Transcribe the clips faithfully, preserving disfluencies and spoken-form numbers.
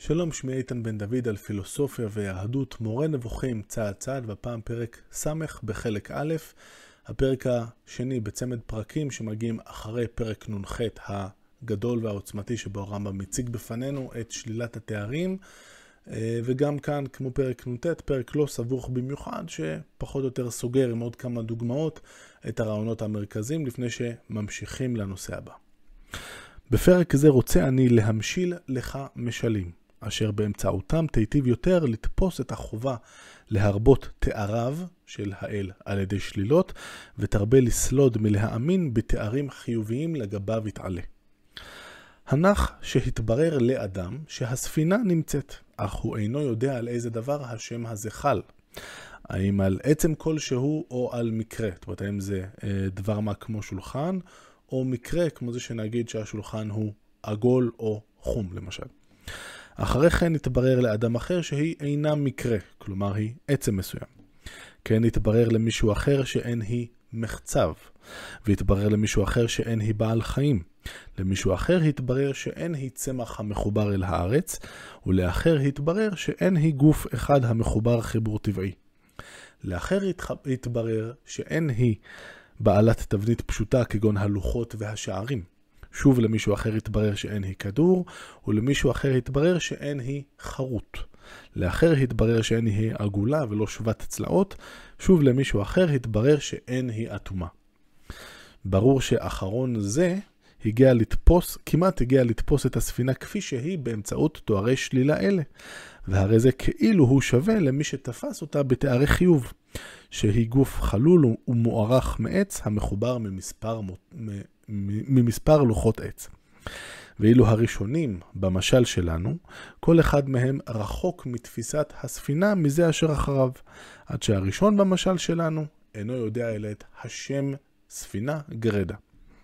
שלום, שמי איתן בן דוד על פילוסופיה ויהדות, מורה נבוכים צעד צעד, והפעם פרק סמך בחלק א', הפרק השני בצמד פרקים שמגיעים אחרי פרק נ"ח הגדול והעוצמתי שבו הרמב"ם מציג בפנינו את שלילת התארים, וגם כאן כמו פרק נ"ט, פרק לא סבוך במיוחד שפחות או יותר סוגר עם עוד כמה דוגמאות את הרעיונות המרכזיים לפני שממשיכים לנושא הבא. בפרק זה רוצה אני להמשיל לך משלים, אשר באמצעותם תיטיב יותר לתפוס את החובה להרבות תאריו של האל על ידי שלילות, ותרבה לסלוד מלהאמין בתארים חיוביים לגביו יתעלה. הנח שהתברר לאדם שהספינה נמצאת, אך הוא אינו יודע על איזה דבר השם הזה חל. האם על עצם כלשהו או על מקרה, זאת אומרת, האם זה דבר מה כמו שולחן, או מקרה כמו זה שנגיד שהשולחן הוא עגול או חום למשל. אחרי כן התברר לאדם אחר שהיא אינה מקרה, כלומר היא עצם מסוים. כן התברר למישהו אחר שאין היא מחצב, והתברר למישהו אחר שאין היא בעל חיים. למישהו אחר התברר שאין היא צמח המחובר אל הארץ, ולאחר התברר שאין היא גוף אחד המחובר חיבור טבעי. לאחר התברר שאין היא בעלת תבנית פשוטה כגון הלוחות והשערים. שוב למישהו אחר התברר שאין היא כדור, ולמישהו אחר התברר שאין היא חרוט. לאחר התברר שאין היא עגולה ולא שוות צלעות, שוב למישהו אחר התברר שאין היא אטומה. ברור שאחרון זה הגיע לתפוס, כמעט הגיע לתפוס את הספינה כפי שהיא באמצעות תוארי שלילה אלה. והרי זה כאילו הוא שווה למי שתפס אותה בתארי חיוב, שהיא גוף חלול ומוארך מעץ המחובר ממספר, ממספר לוחות עץ. ואילו הראשונים במשל שלנו, כל אחד מהם רחוק מתפיסת הספינה מזה אשר אחריו, עד שהראשון במשל שלנו אינו יודע אלא את השם ספינה גרדה.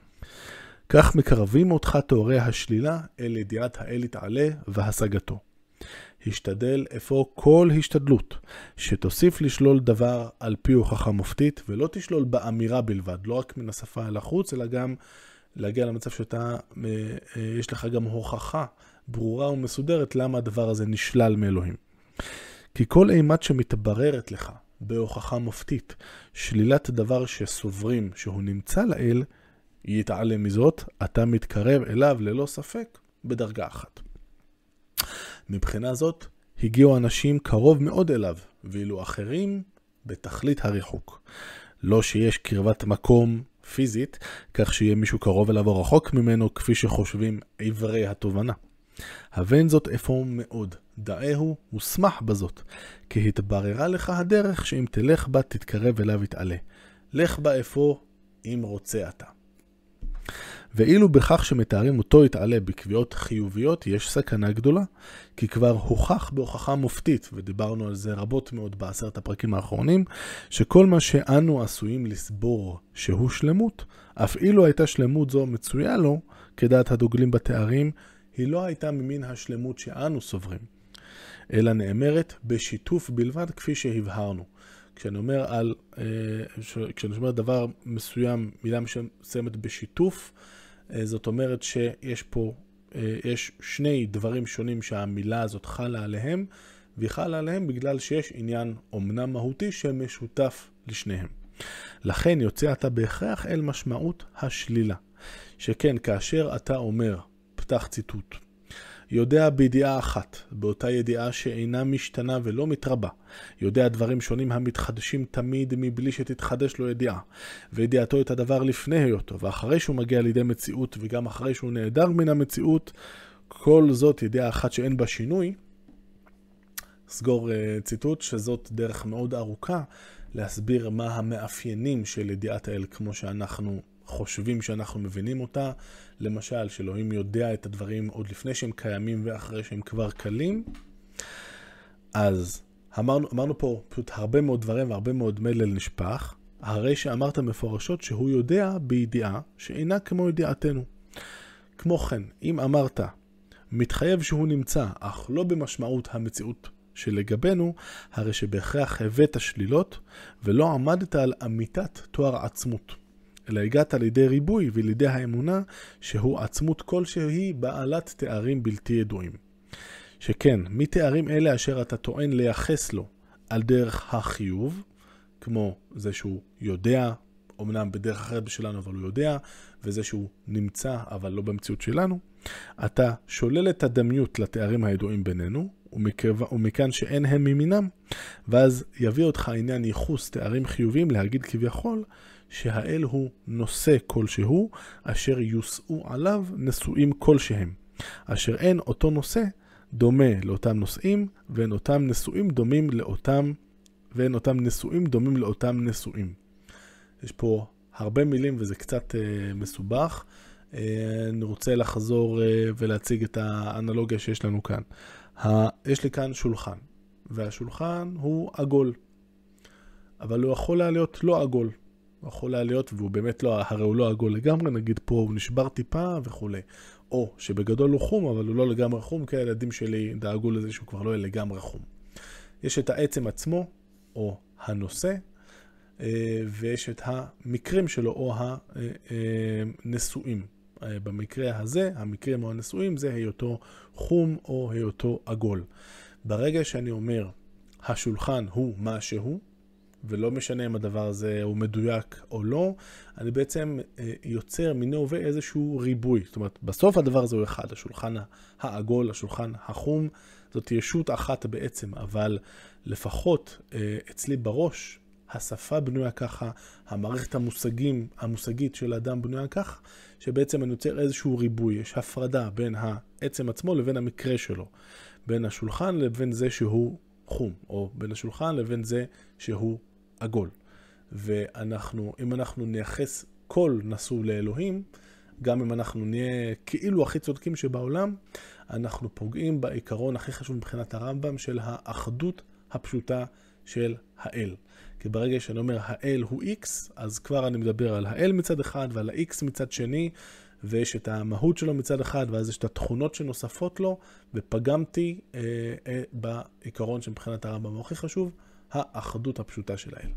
כך מקרבים אותך תאורי השלילה אל ידיעת האל יתעלה והשגתו. השתדל אפוא כל השתדלות, שתוסיף לשלול דבר על פי הוכחה מופתית, ולא תשלול באמירה בלבד, לא רק מן השפה אל החוץ, אלא גם להגיע למצב שאתה, יש לך גם הוכחה ברורה ומסודרת למה הדבר הזה נשלל מאלוהים. כי כל אימת שמתבררת לך בהוכחה מופתית, שלילת דבר שסוברים שהוא נמצא לאל, יתעלה מזאת, אתה מתקרב אליו ללא ספק בדרגה אחת. מבחינה זאת, הגיעו אנשים קרוב מאוד אליו, ואילו אחרים בתכלית הריחוק. לא שיש קרבת מקום פיזית, כך שיהיה מישהו קרוב אליו או רחוק ממנו, כפי שחושבים עברי התובנה. הבן זאת אפוא מאוד, דאהו ושמח בזאת, כי התבררה לך הדרך שאם תלך בה תתקרב אליו יתעלה. לך בה אפוא אם רוצה אתה. ואילו בכך שמתארים אותו יתעלה בקביעות חיוביות יש סכנה גדולה, כי כבר הוכח בהוכחה מופתית, ודיברנו על זה רבות מאוד בעשרת הפרקים האחרונים, שכל מה שאנו עשויים לסבור שהוא שלמות, אף אילו הייתה שלמות זו מצויה לו, כדעת הדוגלים בתארים, היא לא הייתה ממין השלמות שאנו סוברים, אלא נאמרת בשיתוף בלבד כפי שהבהרנו. כשאני אומר על, כשאני אומר דבר מסוים, מילה מסוימת בשיתוף, זאת אומרת שיש פה, יש שני דברים שונים שהמילה הזאת חלה עליהם, והיא חלה עליהם בגלל שיש עניין אומנם מהותי שמשותף לשניהם. לכן יוצא אתה בהכרח אל משמעות השלילה, שכן כאשר אתה אומר, פתח ציטוט, יודע בידיעה אחת, באותה ידיעה שאינה משתנה ולא מתרבה. יודע דברים שונים המתחדשים תמיד מבלי שתתחדש לו ידיעה. וידיעתו את הדבר לפני היותו, ואחרי שהוא מגיע לידי מציאות וגם אחרי שהוא נעדר מן המציאות, כל זאת ידיעה אחת שאין בה שינוי. סגור uh, ציטוט שזאת דרך מאוד ארוכה להסביר מה המאפיינים של ידיעת האל כמו שאנחנו חושבים שאנחנו מבינים אותה. למשל, שאלוהים יודע את הדברים עוד לפני שהם קיימים ואחרי שהם כבר קלים. אז אמרנו, אמרנו פה פשוט הרבה מאוד דברים והרבה מאוד מלל נשפך, הרי שאמרת מפורשות שהוא יודע בידיעה שאינה כמו ידיעתנו. כמו כן, אם אמרת, מתחייב שהוא נמצא, אך לא במשמעות המציאות שלגבינו, הרי שבהכרח הבאת שלילות ולא עמדת על אמיתת תואר עצמות. אלא הגעת לידי ריבוי ולידי האמונה שהוא עצמות כלשהי בעלת תארים בלתי ידועים. שכן, מתארים אלה אשר אתה טוען לייחס לו על דרך החיוב, כמו זה שהוא יודע, אמנם בדרך אחרת בשלנו, אבל הוא יודע, וזה שהוא נמצא, אבל לא במציאות שלנו, אתה שולל את הדמיות לתארים הידועים בינינו, ומכאן שאין הם ממינם, ואז יביא אותך עניין ייחוס תארים חיוביים להגיד כביכול, שהאל הוא נושא כלשהו, אשר יושאו עליו נשואים כלשהם, אשר אין אותו נושא דומה לאותם נושאים, ואין אותם נשואים דומים לאותם, ואין אותם נשואים דומים לאותם נשואים. יש פה הרבה מילים וזה קצת אה, מסובך. אה, אני רוצה לחזור אה, ולהציג את האנלוגיה שיש לנו כאן. ה, יש לי כאן שולחן, והשולחן הוא עגול, אבל הוא יכול להיות לא עגול. הוא יכול להיות, והוא באמת לא, הרי הוא לא עגול לגמרי, נגיד פה הוא נשבר טיפה וכו'. או שבגדול הוא חום, אבל הוא לא לגמרי חום, כי הילדים שלי דאגו לזה שהוא כבר לא יהיה לגמרי חום. יש את העצם עצמו, או הנושא, ויש את המקרים שלו, או הנשואים. במקרה הזה, המקרים או הנשואים, זה היותו חום או היותו עגול. ברגע שאני אומר, השולחן הוא מה שהוא, ולא משנה אם הדבר הזה הוא מדויק או לא, אני בעצם יוצר מיני הווה איזשהו ריבוי. זאת אומרת, בסוף הדבר הזה הוא אחד, השולחן העגול, השולחן החום, זאת ישות אחת בעצם, אבל לפחות אצלי בראש, השפה בנויה ככה, המערכת המושגים, המושגית של האדם בנויה ככה, שבעצם אני יוצר איזשהו ריבוי, יש הפרדה בין העצם עצמו לבין המקרה שלו, בין השולחן לבין זה שהוא חום, או בין השולחן לבין זה שהוא עגול. ואנחנו, אם אנחנו נייחס כל נשוא לאלוהים, גם אם אנחנו נהיה כאילו הכי צודקים שבעולם, אנחנו פוגעים בעיקרון הכי חשוב מבחינת הרמב"ם של האחדות הפשוטה של האל. כי ברגע שאני אומר האל הוא X, אז כבר אני מדבר על האל מצד אחד ועל ה-X מצד שני, ויש את המהות שלו מצד אחד, ואז יש את התכונות שנוספות לו, ופגמתי אה, אה, בעיקרון שמבחינת הרמב"ם הוא הכי חשוב, האחדות הפשוטה של האל.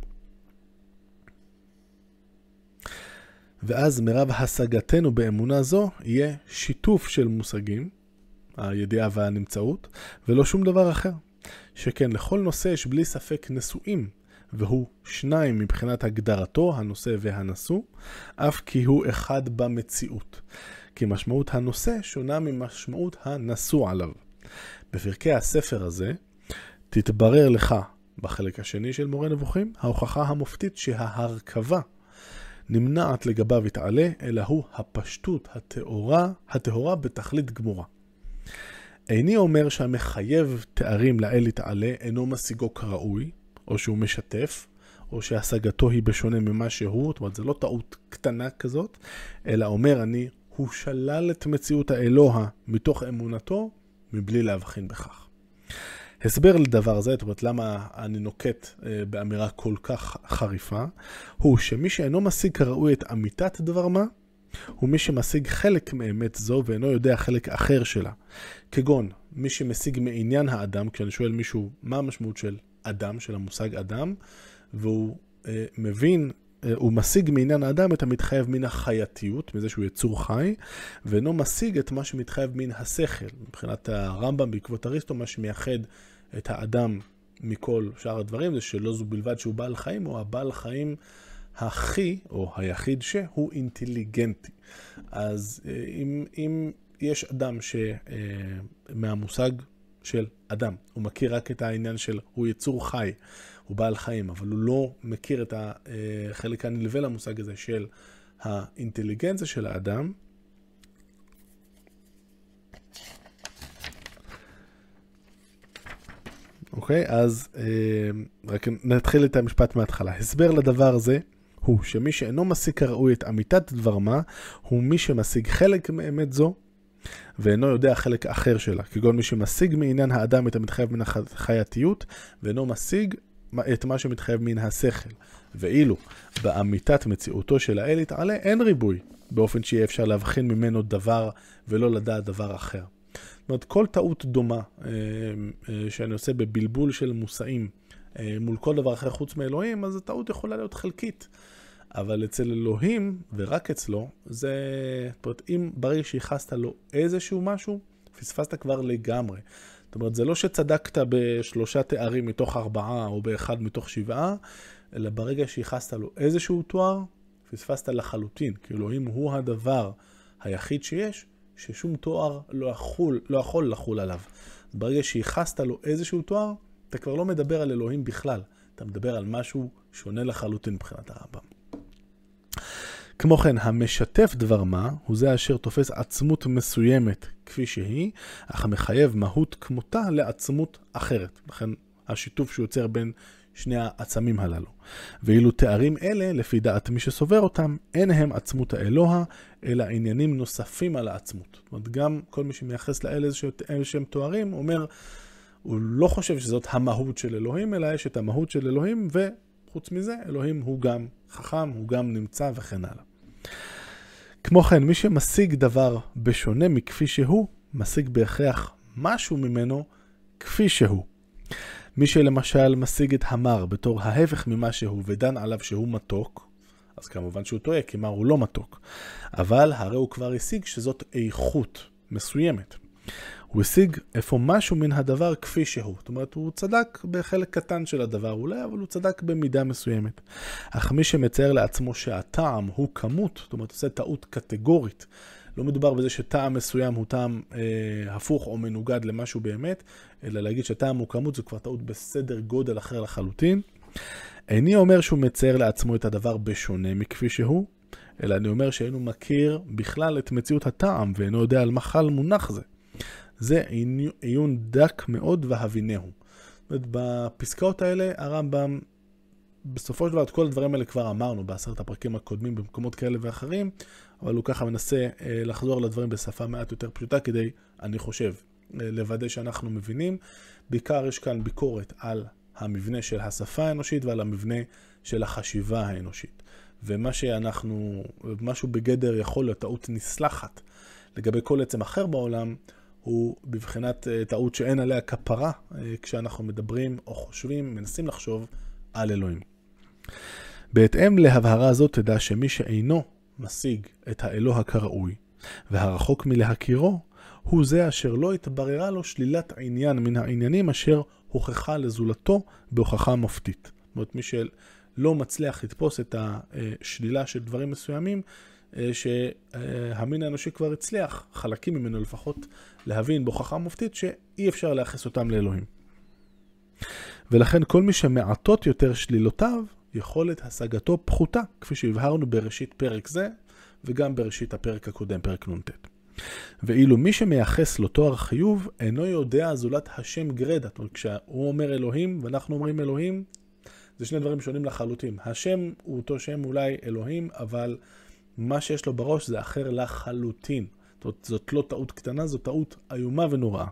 ואז מרב השגתנו באמונה זו יהיה שיתוף של מושגים, הידיעה והנמצאות, ולא שום דבר אחר. שכן לכל נושא יש בלי ספק נשואים, והוא שניים מבחינת הגדרתו, הנושא והנשוא, אף כי הוא אחד במציאות. כי משמעות הנושא שונה ממשמעות הנשוא עליו. בפרקי הספר הזה תתברר לך, בחלק השני של מורה נבוכים, ההוכחה המופתית שההרכבה נמנעת לגביו יתעלה, אלא הוא הפשטות התאורה, התאורה בתכלית גמורה. איני אומר שהמחייב תארים לאל יתעלה אינו משיגו כראוי, או שהוא משתף, או שהשגתו היא בשונה ממה שהוא, זאת אומרת, זה לא טעות קטנה כזאת, אלא אומר אני, הוא שלל את מציאות האלוה מתוך אמונתו, מבלי להבחין בכך. הסבר לדבר זה, זאת אומרת, למה אני נוקט באמירה כל כך חריפה, הוא שמי שאינו משיג כראוי את אמיתת דבר מה, הוא מי שמשיג חלק מאמת זו ואינו יודע חלק אחר שלה. כגון, מי שמשיג מעניין האדם, כשאני שואל מישהו מה המשמעות של אדם, של המושג אדם, והוא אה, מבין, אה, הוא משיג מעניין האדם את המתחייב מן החייתיות, מזה שהוא יצור חי, ואינו משיג את מה שמתחייב מן השכל. מבחינת הרמב"ם בעקבות אריסטו, מה שמייחד את האדם מכל שאר הדברים, זה שלא זו בלבד שהוא בעל חיים, או הבעל חיים הכי, או היחיד שהוא אינטליגנטי. אז אם, אם יש אדם שמהמושג של אדם, הוא מכיר רק את העניין של הוא יצור חי, הוא בעל חיים, אבל הוא לא מכיר את החלק הנלווה למושג הזה של האינטליגנציה של האדם, אוקיי, אז רק נתחיל את המשפט מההתחלה. הסבר לדבר הזה הוא שמי שאינו משיג כראוי את אמיתת דבר מה, הוא מי שמשיג חלק מאמת זו, ואינו יודע חלק אחר שלה. כגון מי שמשיג מעניין האדם את המתחייב מן החייתיות, ואינו משיג את מה שמתחייב מן השכל. ואילו באמיתת מציאותו של האל יתעלה אין ריבוי, באופן שיהיה אפשר להבחין ממנו דבר ולא לדעת דבר אחר. זאת אומרת, כל טעות דומה שאני עושה בבלבול של מושאים מול כל דבר אחר חוץ מאלוהים, אז הטעות יכולה להיות חלקית. אבל אצל אלוהים, ורק אצלו, זה, זאת אומרת, אם ברגע שיחסת לו איזשהו משהו, פספסת כבר לגמרי. זאת זאת אומרת, זה לא שצדקת בשלושה תארים מתוך ארבעה או באחד מתוך שבעה, אלא ברגע שיחסת לו איזשהו תואר, פספסת לחלוטין, כי אלוהים הוא הדבר היחיד שיש, ששום תואר לא יכול, לא יכול לחול עליו. ברגע שיחסת לו איזשהו תואר, אתה כבר לא מדבר על אלוהים בכלל, אתה מדבר על משהו שונה לחלוטין מבחינת הרמב"ם. כמו כן, המשתף דבר מה, הוא זה אשר תופס עצמות מסוימת כפי שהיא, אך מחייב מהות כמותה לעצמות אחרת. לכן השיתוף שיוצר בין שני העצמים הללו. ואילו תארים אלה, לפי דעת מי שסובר אותם, אין הם עצמות האלוה, אלא עניינים נוספים על העצמות. זאת אומרת, גם כל מי שמייחס לאלה איזשהם תוארים, אומר, הוא לא חושב שזאת המהות של אלוהים, אלא יש את המהות של אלוהים, וחוץ מזה, אלוהים הוא גם חכם, הוא גם נמצא וכן הלאה. כמו כן, מי שמשיג דבר בשונה מכפי שהוא, משיג בהכרח משהו ממנו כפי שהוא. מי שלמשל משיג את המר בתור ההפך ממה שהוא ודן עליו שהוא מתוק, אז כמובן שהוא טועה, כי מר הוא לא מתוק. אבל הרי הוא כבר השיג שזאת איכות מסוימת. הוא השיג איפה משהו מן הדבר כפי שהוא. זאת אומרת, הוא צדק בחלק קטן של הדבר אולי, אבל הוא צדק במידה מסוימת. אך מי שמצייר לעצמו שהטעם הוא כמות, זאת אומרת, עושה טעות קטגורית, לא מדובר בזה שטעם מסוים הוא טעם אה, הפוך או מנוגד למשהו באמת, אלא להגיד שטעם הוא כמות זו כבר טעות בסדר גודל אחר לחלוטין. איני אומר שהוא מצייר לעצמו את הדבר בשונה מכפי שהוא, אלא אני אומר שאינו מכיר בכלל את מציאות הטעם ואינו יודע על מה חל מונח זה. זה עיון דק מאוד והבינהו. בפסקאות האלה הרמב"ם, בסופו של דבר את כל הדברים האלה כבר אמרנו בעשרת הפרקים הקודמים במקומות כאלה ואחרים, אבל הוא ככה מנסה לחזור לדברים בשפה מעט יותר פשוטה כדי, אני חושב, לוודא שאנחנו מבינים. בעיקר יש כאן ביקורת על המבנה של השפה האנושית ועל המבנה של החשיבה האנושית. ומה שאנחנו, משהו בגדר יכול להיות טעות נסלחת לגבי כל עצם אחר בעולם, הוא בבחינת טעות שאין עליה כפרה כשאנחנו מדברים או חושבים, מנסים לחשוב על אלוהים. בהתאם להבהרה הזאת תדע שמי שאינו משיג את האלוה כראוי והרחוק מלהכירו, הוא זה אשר לא התבררה לו שלילת עניין מן העניינים אשר הוכחה לזולתו בהוכחה מופתית. זאת אומרת, מי שלא מצליח לתפוס את השלילה של דברים מסוימים, שהמין האנושי כבר הצליח, חלקים ממנו לפחות, להבין בהוכחה מופתית שאי אפשר להכניס אותם לאלוהים. ולכן כל מי שמעטות יותר שלילותיו, יכולת השגתו פחותה, כפי שהבהרנו בראשית פרק זה, וגם בראשית הפרק הקודם, פרק נ"ט. ואילו מי שמייחס לו תואר חיוב, אינו יודע זולת השם גרדה. זאת אומרת, כשהוא אומר אלוהים, ואנחנו אומרים אלוהים, זה שני דברים שונים לחלוטין. השם הוא אותו שם אולי אלוהים, אבל מה שיש לו בראש זה אחר לחלוטין. זאת אומרת, זאת לא טעות קטנה, זאת טעות איומה ונוראה.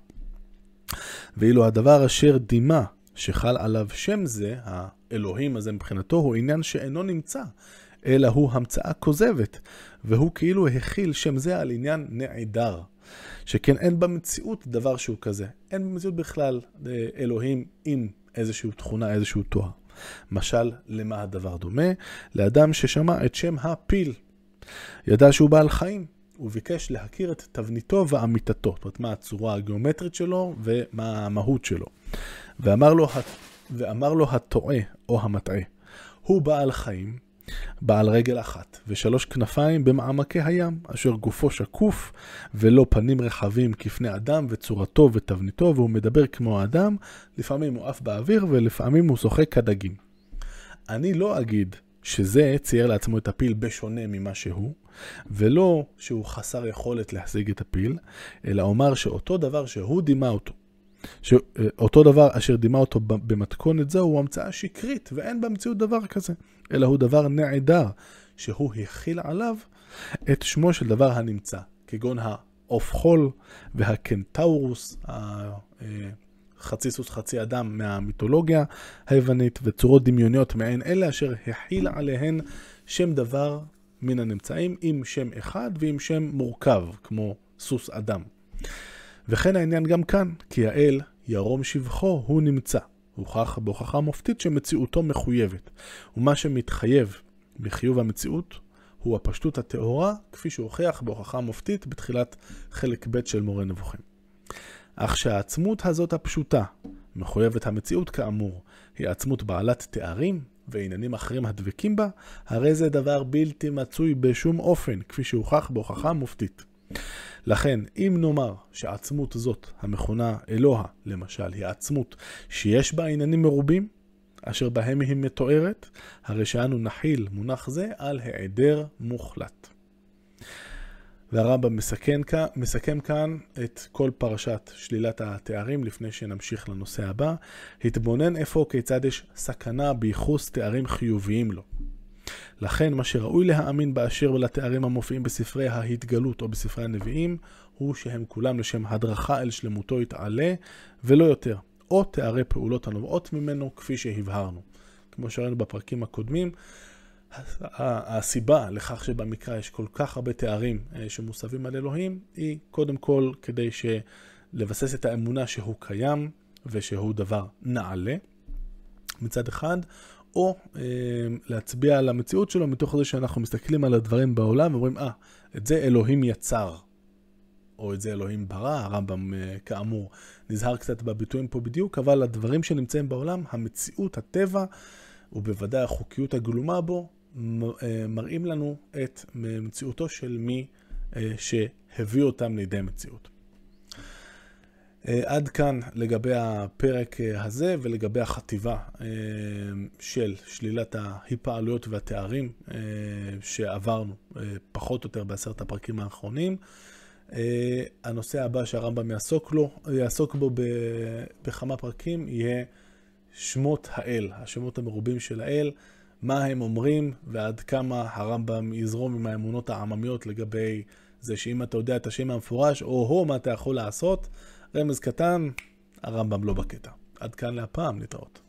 ואילו הדבר אשר דימה, שחל עליו שם זה, האלוהים הזה מבחינתו, הוא עניין שאינו נמצא, אלא הוא המצאה כוזבת, והוא כאילו הכיל שם זה על עניין נעדר, שכן אין במציאות דבר שהוא כזה. אין במציאות בכלל אלוהים עם איזושהי תכונה, איזשהו תואר. משל, למה הדבר דומה? לאדם ששמע את שם הפיל. ידע שהוא בעל חיים, הוא ביקש להכיר את תבניתו ואמיתתו, זאת אומרת, מה הצורה הגיאומטרית שלו ומה המהות שלו. ואמר לו, ואמר לו הטועה או המטעה, הוא בעל חיים, בעל רגל אחת ושלוש כנפיים במעמקי הים, אשר גופו שקוף ולא פנים רחבים כפני אדם וצורתו ותבניתו, והוא מדבר כמו האדם, לפעמים הוא עף באוויר ולפעמים הוא שוחק כדגים. אני לא אגיד שזה צייר לעצמו את הפיל בשונה ממה שהוא, ולא שהוא חסר יכולת להשיג את הפיל, אלא אומר שאותו דבר שהוא דימה אותו, שאותו דבר אשר דימה אותו במתכונת זו הוא המצאה שקרית, ואין במציאות דבר כזה, אלא הוא דבר נעדר, שהוא הכיל עליו את שמו של דבר הנמצא, כגון העוף חול והקנטאורוס, חצי סוס חצי אדם מהמיתולוגיה היוונית, וצורות דמיוניות מעין אלה אשר הכיל עליהן שם דבר מן הנמצאים, עם שם אחד ועם שם מורכב, כמו סוס אדם. וכן העניין גם כאן, כי האל ירום שבחו הוא נמצא. הוכח בהוכחה מופתית שמציאותו מחויבת. ומה שמתחייב בחיוב המציאות הוא הפשטות הטהורה, כפי שהוכיח בהוכחה מופתית בתחילת חלק ב' של מורה נבוכים. אך שהעצמות הזאת הפשוטה, מחויבת המציאות כאמור, היא עצמות בעלת תארים ועניינים אחרים הדבקים בה, הרי זה דבר בלתי מצוי בשום אופן, כפי שהוכח בהוכחה מופתית. לכן, אם נאמר שהעצמות זאת, המכונה אלוה, למשל, היא עצמות שיש בה עניינים מרובים, אשר בהם היא מתוארת, הרי שאנו נחיל מונח זה על העדר מוחלט. והרמב"ם מסכם, מסכם כאן את כל פרשת שלילת התארים לפני שנמשיך לנושא הבא. התבונן איפה כיצד יש סכנה בייחוס תארים חיוביים לו. לכן מה שראוי להאמין באשר ולתארים המופיעים בספרי ההתגלות או בספרי הנביאים, הוא שהם כולם לשם הדרכה אל שלמותו יתעלה ולא יותר, או תארי פעולות הנובעות ממנו כפי שהבהרנו. כמו שראינו בפרקים הקודמים, הסיבה לכך שבמקרא יש כל כך הרבה תארים שמוסבים על אלוהים, היא קודם כל כדי לבסס את האמונה שהוא קיים ושהוא דבר נעלה מצד אחד, או אה, להצביע על המציאות שלו מתוך זה שאנחנו מסתכלים על הדברים בעולם ואומרים, אה, את זה אלוהים יצר, או את זה אלוהים ברא. הרמב"ם אה, כאמור נזהר קצת בביטויים פה בדיוק, אבל הדברים שנמצאים בעולם, המציאות, הטבע, ובוודאי החוקיות הגלומה בו, מראים לנו את מציאותו של מי שהביא אותם לידי מציאות. עד כאן לגבי הפרק הזה ולגבי החטיבה של שלילת ההיפעלויות והתארים שעברנו פחות או יותר בעשרת הפרקים האחרונים. הנושא הבא שהרמב"ם יעסוק לו, יעסוק בו בכמה פרקים, יהיה שמות האל, השמות המרובים של האל, מה הם אומרים ועד כמה הרמב"ם יזרום עם האמונות העממיות לגבי זה שאם אתה יודע את השם המפורש, או הו, מה אתה יכול לעשות, רמז קטן, הרמב"ם לא בקטע. עד כאן להפעם, להתראות.